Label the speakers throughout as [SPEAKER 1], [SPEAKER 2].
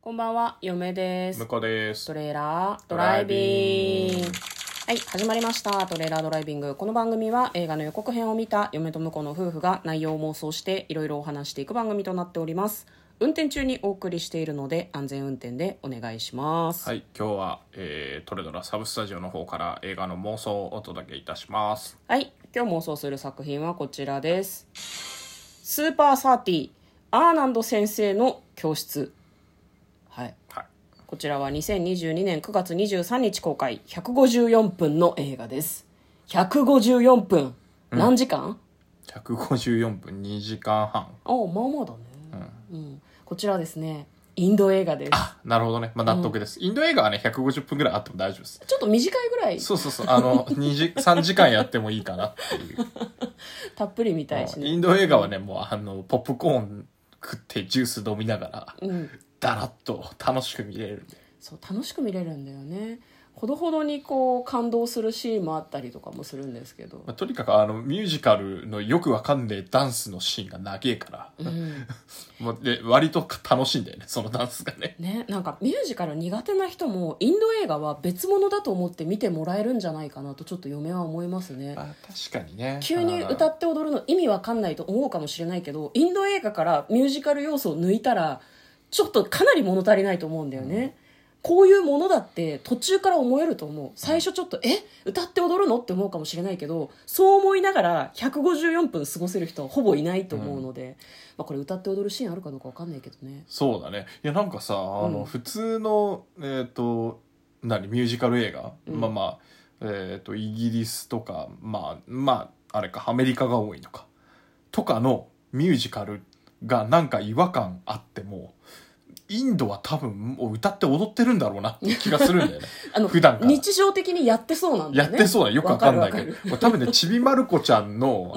[SPEAKER 1] こんばんは、嫁です。
[SPEAKER 2] 向こうです。
[SPEAKER 1] トレーラードライビング。はい、始まりました。トレーラードライビング。この番組は映画の予告編を見た嫁と婿の夫婦が内容を妄想していろいろお話していく番組となっております。運転中にお送りしているので安全運転でお願いします。
[SPEAKER 2] はい、今日は、トレドラサブスタジオの方から映画の妄想をお届けいたします。
[SPEAKER 1] はい、今日妄想する作品はこちらです。スーパーサーティー、アーナンド先生の教室。はい。
[SPEAKER 2] はい。
[SPEAKER 1] こちらは2022年9月23日公開、154分の映画です。154分。何時間？
[SPEAKER 2] 154分2時間半。
[SPEAKER 1] まあまあだね、こちらですね、インド映画です。
[SPEAKER 2] あ、なるほどね。まあ納得です。インド映画はね、150分ぐらいあっても大丈夫です。
[SPEAKER 1] ちょっと短いぐらい。
[SPEAKER 2] そう3時間やってもいいかなっていう。
[SPEAKER 1] たっぷり見たいしね。
[SPEAKER 2] インド映画はね、もうポップコーン食ってジュース飲みながら、だらっと楽しく見れるんで。
[SPEAKER 1] そう、楽しく見れるんだよね。ほどほどにこう感動するシーンもあったりとかもするんですけど、
[SPEAKER 2] とにかくミュージカルのよくわかんねえダンスのシーンが長えから、もうで割と楽しいんだよね、そのダンスがね。
[SPEAKER 1] なんかミュージカル苦手な人もインド映画は別物だと思って見てもらえるんじゃないかなとちょっと嫁は思いますね。
[SPEAKER 2] 確かにね。
[SPEAKER 1] 急に歌って踊るの意味わかんないと思うかもしれないけど、インド映画からミュージカル要素を抜いたらちょっとかなり物足りないと思うんだよね、こういうものだって途中から思えると思う。最初ちょっと歌って踊るのって思うかもしれないけど、そう思いながら154分過ごせる人はほぼいないと思うので、これ歌って踊るシーンあるかどうか分かんないけどね。
[SPEAKER 2] そうだね。いやなんかさ、普通のミュージカル映画、イギリスとかあれかアメリカが多いのかとかのミュージカルがなんか違和感あっても、インドは多分もう歌って踊ってるんだろうなって気がするんだよね。普段から
[SPEAKER 1] 日常的にやってそうなんだよね。
[SPEAKER 2] やってそうだよくわかんないけど、多分ねちびまる子ちゃんの、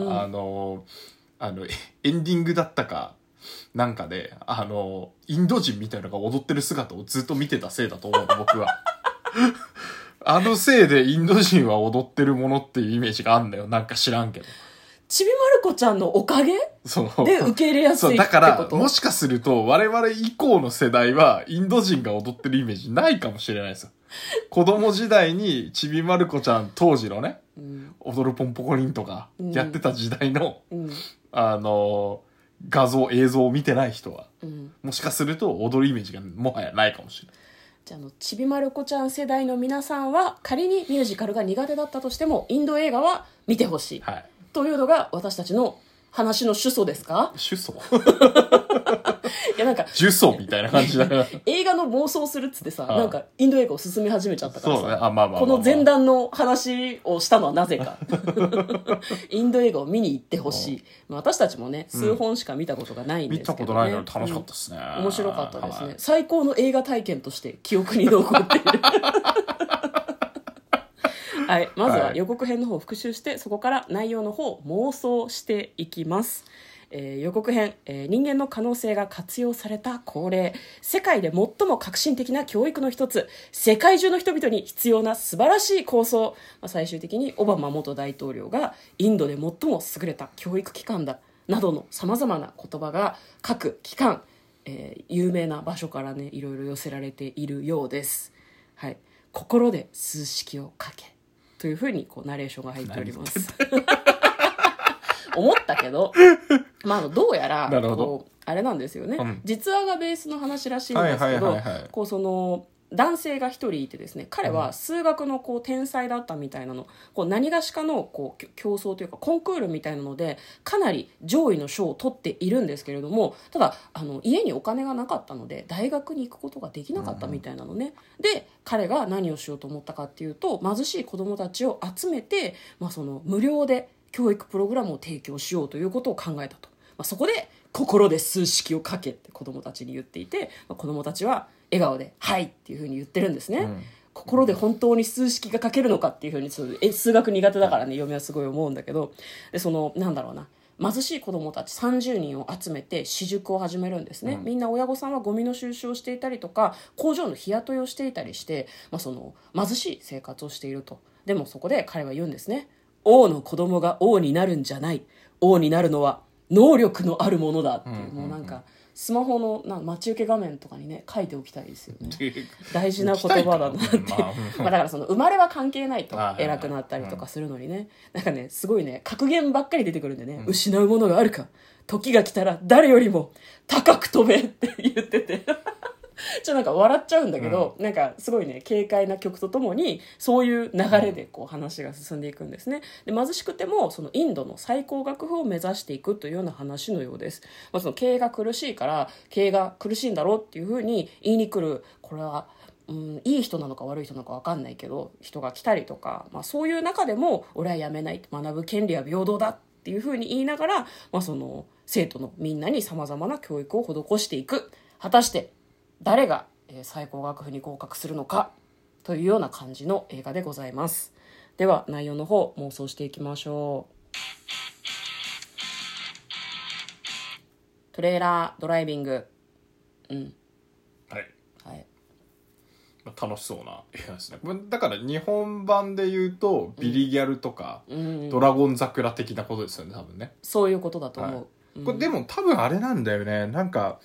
[SPEAKER 2] エンディングだったかなんかでインド人みたいなのが踊ってる姿をずっと見てたせいだと思うの僕は。せいでインド人は踊ってるものっていうイメージがあんだよ、なんか知らんけど。
[SPEAKER 1] ちびまる子ちゃんのおかげで受け入れやすいってこと。
[SPEAKER 2] だからもしかすると我々以降の世代はインド人が踊ってるイメージないかもしれないですよ。子供時代にちびまる子ちゃん当時のね、踊るポンポコリンとかやってた時代の、映像を見てない人は、もしかすると踊るイメージがもはやないかもしれない。
[SPEAKER 1] じゃあちびまる子ちゃん世代の皆さんは仮にミュージカルが苦手だったとしてもインド映画は見てほしい、というのが私たちの話の主訴ですか？
[SPEAKER 2] 主訴
[SPEAKER 1] いやなんか
[SPEAKER 2] 主訴みたいな感じだな。
[SPEAKER 1] 映画の妄想するっつってさ、なんかインド映画を進め始めちゃったからさ、
[SPEAKER 2] そうね、
[SPEAKER 1] この前段の話をしたのはなぜか。インド映画を見に行ってほしい。私たちもね数本しか見たことがないんですけど、ね、
[SPEAKER 2] 見たことないのに楽しかったですね、
[SPEAKER 1] 面白かったですね、最高の映画体験として記憶に残っている。はい、まずは予告編の方を復習して、そこから内容の方を妄想していきます。予告編、人間の可能性が活用された恒例、世界で最も革新的な教育の一つ、世界中の人々に必要な素晴らしい構想、最終的にオバマ元大統領がインドで最も優れた教育機関だなどのさまざまな言葉が各機関、有名な場所からねいろいろ寄せられているようです。はい、心で数式を書けというふうにこうナレーションが入っております。思ったけど、どうやらこうあれなんですよね、実話がベースの話らしいんですけど、こうその男性が一人いてですね、彼は数学のこう天才だったみたいなの、こう何がしかのこう競争というかコンクールみたいなのでかなり上位の賞を取っているんですけれども、ただ家にお金がなかったので大学に行くことができなかったみたいなのね、で彼が何をしようと思ったかっていうと、貧しい子どもたちを集めて、その無料で教育プログラムを提供しようということを考えたと、そこで心で数式を書けって子どもたちに言っていて、子どもたちは笑顔ではいっていうふうに言ってるんですね、心で本当に数式が書けるのかっていうふうに数学苦手だからね嫁はすごい思うんだけど、でそのなんだろうな、貧しい子どもたち30人を集めて私塾を始めるんですね、みんな親御さんはゴミの収集をしていたりとか工場の日雇いをしていたりして、その貧しい生活をしていると。でもそこで彼は言うんですね、王の子供が王になるんじゃない、王になるのは能力のあるものだっていう、もうなんかスマホの待ち受け画面とかにね書いておきたいですよね。大事な言葉だなって
[SPEAKER 2] まあ
[SPEAKER 1] まあだからその生まれは関係ないと
[SPEAKER 2] はい
[SPEAKER 1] 偉くなったりとかするのにね、なんかねすごいね格言ばっかり出てくるんでね、失うものがあるか、時が来たら誰よりも高く飛べって言っててなんか笑っちゃうんだけど、なんかすごいね軽快な曲とともにそういう流れでこう話が進んでいくんですね。で貧しくてもそのインドの最高学府を目指していくというような話のようです。まあ、その経営が苦しいから経営が苦しいんだろうっていうふうに言いに来る、これはいい人なのか悪い人なのか分かんないけど人が来たりとか、まあ、そういう中でも俺はやめない、学ぶ権利は平等だっていうふうに言いながら、まあ、その生徒のみんなにさまざまな教育を施していく。果たして誰が最高学府に合格するのかというような感じの映画でございます。では内容の方妄想していきましょう。トレーラードライビング。
[SPEAKER 2] はい
[SPEAKER 1] はい。
[SPEAKER 2] 楽しそうな映画ですね。だから日本版で言うとビリギャルとか、ドラゴン桜的なことですよね多分ね。
[SPEAKER 1] そういうことだと思う、
[SPEAKER 2] はい、これでも多分あれなんだよね、なんか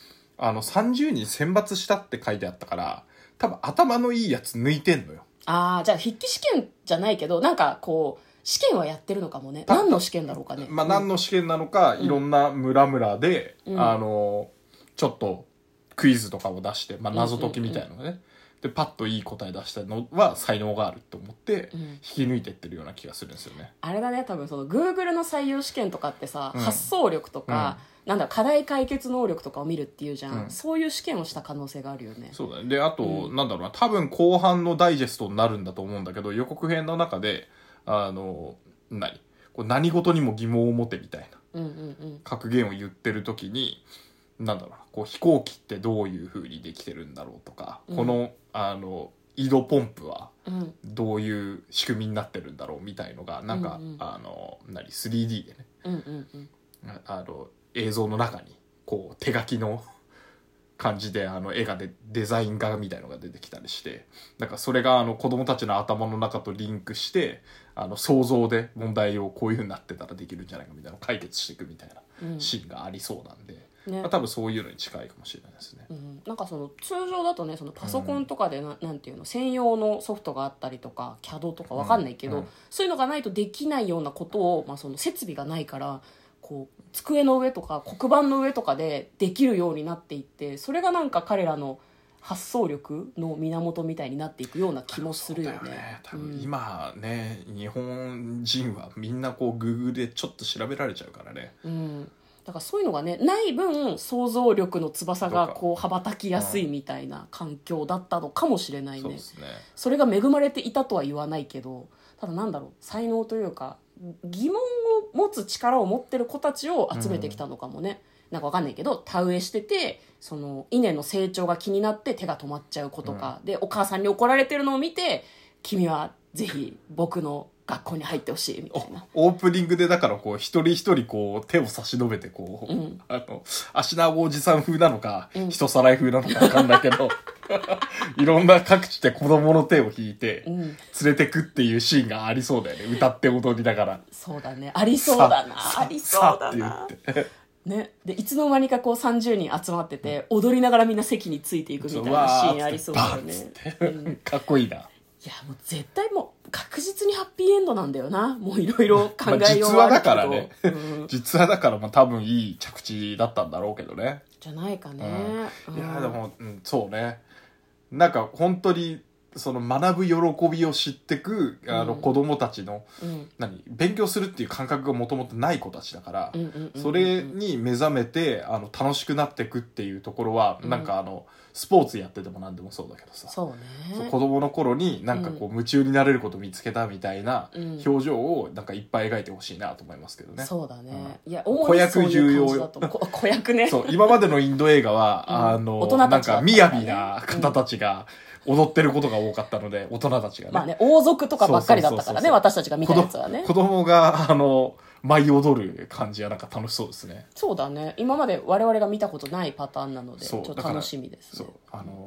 [SPEAKER 2] 30人選抜したって書いてあったから多分頭のいいやつ抜いてんのよ。
[SPEAKER 1] ああ、じゃあ筆記試験じゃないけどなんかこう試験はやってるのかもね。何の試験だろうかね。
[SPEAKER 2] まあ、何の試験なのか、いろんな村々で、ちょっとクイズとかを出して、まあ、謎解きみたいなのがね、でパッといい答え出したのは才能があると思って引き抜いてってるような気がするんですよね。
[SPEAKER 1] あれだね、多分その Google の採用試験とかってさ、発想力とか、なんだ課題解決能力とかを見るっていうじゃん、そういう試験をした可能性があるよね。
[SPEAKER 2] そうだね。であと、なんだろうな、多分後半のダイジェストになるんだと思うんだけど、予告編の中でこう何事にも疑問を持てみたいな格言を言ってる時に、なんだろうな、こう飛行機ってどういう風にできてるんだろうとか、この井戸ポンプはどういう仕組みになってるんだろうみたいのがなんか、3D でね、映像の中にこう手書きの感じで絵がでデザイン画みたいのが出てきたりして、なんかそれが子供たちの頭の中とリンクして想像で問題をこういう風になってたらできるんじゃないかみたいなのを解決していくみたいなシーンがありそうなんで、まあ、多分そういうのに近いかもしれないですね。
[SPEAKER 1] なんかその通常だとね、そのパソコンとかでなんていうの専用のソフトがあったりとか CAD とかわかんないけど、そういうのがないとできないようなことを、まあ、その設備がないからこう机の上とか黒板の上とかでできるようになっていって、それがなんか彼らの発想力の源みたいになっていくような気もするよね。
[SPEAKER 2] 多分今ね、日本人はみんなこう Google でちょっと調べられちゃうからね。
[SPEAKER 1] だからそういうのがねない分想像力の翼がこう羽ばたきやすいみたいな環境だったのかもしれないね。
[SPEAKER 2] そうですね。
[SPEAKER 1] それが恵まれていたとは言わないけど、ただなんだろう、才能というか疑問を持つ力を持ってる子たちを集めてきたのかもね。なんかわかんないけど田植えしててその稲の成長が気になって手が止まっちゃう子とか、でお母さんに怒られてるのを見て君はぜひ僕の学校に入ってほしいみたいな。
[SPEAKER 2] オープニングでだからこう一人一人こう手を差し伸べてこう、足長おじさん風なのか、人さらい風なのか分かんないけどいろんな各地で子供の手を引いて連れてくっていうシーンがありそうだよね、歌って踊りながら。
[SPEAKER 1] そうだね、ありそうだな、ありそうだなね、でいつの間にかこう30人集まってて、踊りながらみんな席についていくみたいなシーンありそうだよね。
[SPEAKER 2] かっこいいな。
[SPEAKER 1] いやもう絶対もう確実にハッピーエンドなんだよな。もういろいろ考えようはあるけど、
[SPEAKER 2] 実話だからね、実話だからまあ多分いい着地だったんだろうけどね。
[SPEAKER 1] じゃないかね。
[SPEAKER 2] いやでも、そうね、なんか本当にその学ぶ喜びを知ってく子供たちの、勉強するっていう感覚がもともとない子たちだから、それに目覚めて楽しくなってくっていうところは、なんかスポーツやってても何でもそうだけどさ、
[SPEAKER 1] そうね、
[SPEAKER 2] 子供の頃になんかこう夢中になれること見つけたみたいな表情をなんかいっぱい描いてほしいなと思いますけどね。
[SPEAKER 1] そうだね、いや
[SPEAKER 2] 子役重要よ。
[SPEAKER 1] 子役ね。
[SPEAKER 2] そう今までのインド映画は、
[SPEAKER 1] 大人たちだったからね、
[SPEAKER 2] なんか雅な方たちが踊ってることが多かったので、大人たちがね、
[SPEAKER 1] まあね、王族とかばっかりだったからね、私たちが見たやつはね。
[SPEAKER 2] 子供が舞い踊る感じはなんか楽しそうですね。
[SPEAKER 1] そうだね、今まで我々が見たことないパターンなのでちょっと楽しみですね。
[SPEAKER 2] そう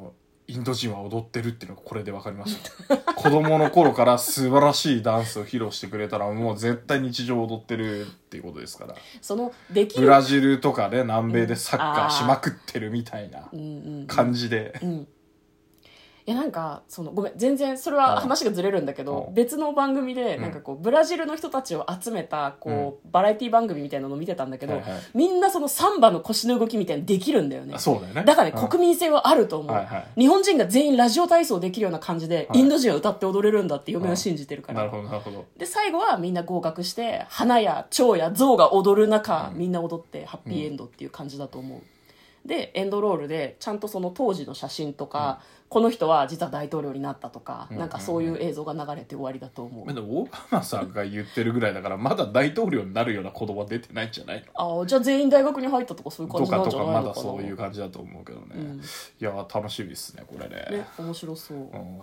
[SPEAKER 2] インド人は踊ってるっていうのがこれで分かりました子供の頃から素晴らしいダンスを披露してくれたらもう絶対日常踊ってるっていうことですから。
[SPEAKER 1] そのできる
[SPEAKER 2] ブラジルとかで南米でサッカーしまくってるみたいな感じで、
[SPEAKER 1] いやなんかごめん全然それは話がずれるんだけど、別の番組でなんかこうブラジルの人たちを集めたこうバラエティ番組みたいなのを見てたんだけど、みんなそのサンバの腰の動きみたいにできるんだよね。
[SPEAKER 2] そうだよね。
[SPEAKER 1] だからね、国民性はあると思う、日本人が全員ラジオ体操できるような感じで、インド人は歌って踊れるんだって嫁は信じてるから、
[SPEAKER 2] なるほどなるほど。
[SPEAKER 1] で最後はみんな合格して花や蝶や象が踊る中、みんな踊ってハッピーエンドっていう感じだと思う。でエンドロールでちゃんとその当時の写真とか、この人は実は大統領になったとか、なんかそういう映像が流れて終わりだと思う。
[SPEAKER 2] でもオバマさんが言ってるぐらいだからまだ大統領になるような子供は出てないんじゃないの。
[SPEAKER 1] じゃあ全員大学に入ったとかそういう感じなんじゃないのかな。
[SPEAKER 2] とかまだそういう感じだと思うけどね、いや楽しみですねこれね。
[SPEAKER 1] 面白そう、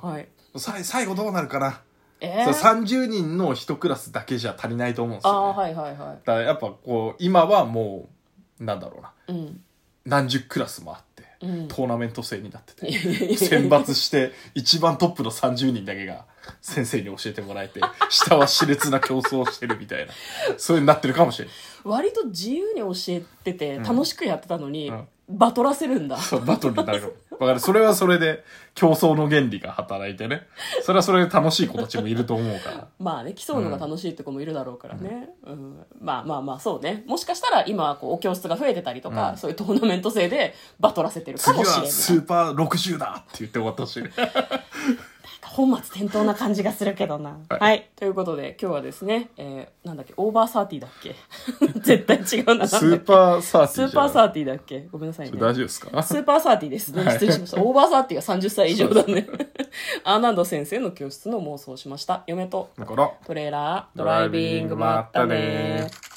[SPEAKER 1] はい。
[SPEAKER 2] 最後どうなるかな。30人の1クラスだけじゃ足りないと思うんですよね。だからやっぱこう今はもうなんだろうな、何十クラスもあって、トーナメント制になってて選抜して一番トップの30人だけが先生に教えてもらえて下は熾烈な競争をしてるみたいなそういうになってるかもしれない。
[SPEAKER 1] 割と自由に教えてて楽しくやってたのに、バトらせるんだ。
[SPEAKER 2] そうバトルになるかも。だからそれはそれで競争の原理が働いてね、それはそれで楽しい子たちもいると思うから
[SPEAKER 1] まあね、競うのが楽しいって子もいるだろうからね、まあそうね、もしかしたら今はこうお教室が増えてたりとか、そういうトーナメント制でバトらせてるかもしれない。
[SPEAKER 2] 次はスーパー60だって言って終わったし
[SPEAKER 1] 本末転倒な感じがするけどな。はい。ということで、今日はですね、なんだっけ、オーバーサーティだっけ絶対違うな。
[SPEAKER 2] スーパーサーティ
[SPEAKER 1] スーパーサーティだっけごめんなさいね。
[SPEAKER 2] 大丈夫ですか。
[SPEAKER 1] スーパーサーティですね。失礼しました。オーバーサーティが30歳以上だね。アーナンド先生の教室の妄想をしました。嫁と
[SPEAKER 2] だから
[SPEAKER 1] トレーラードライビング、まったね。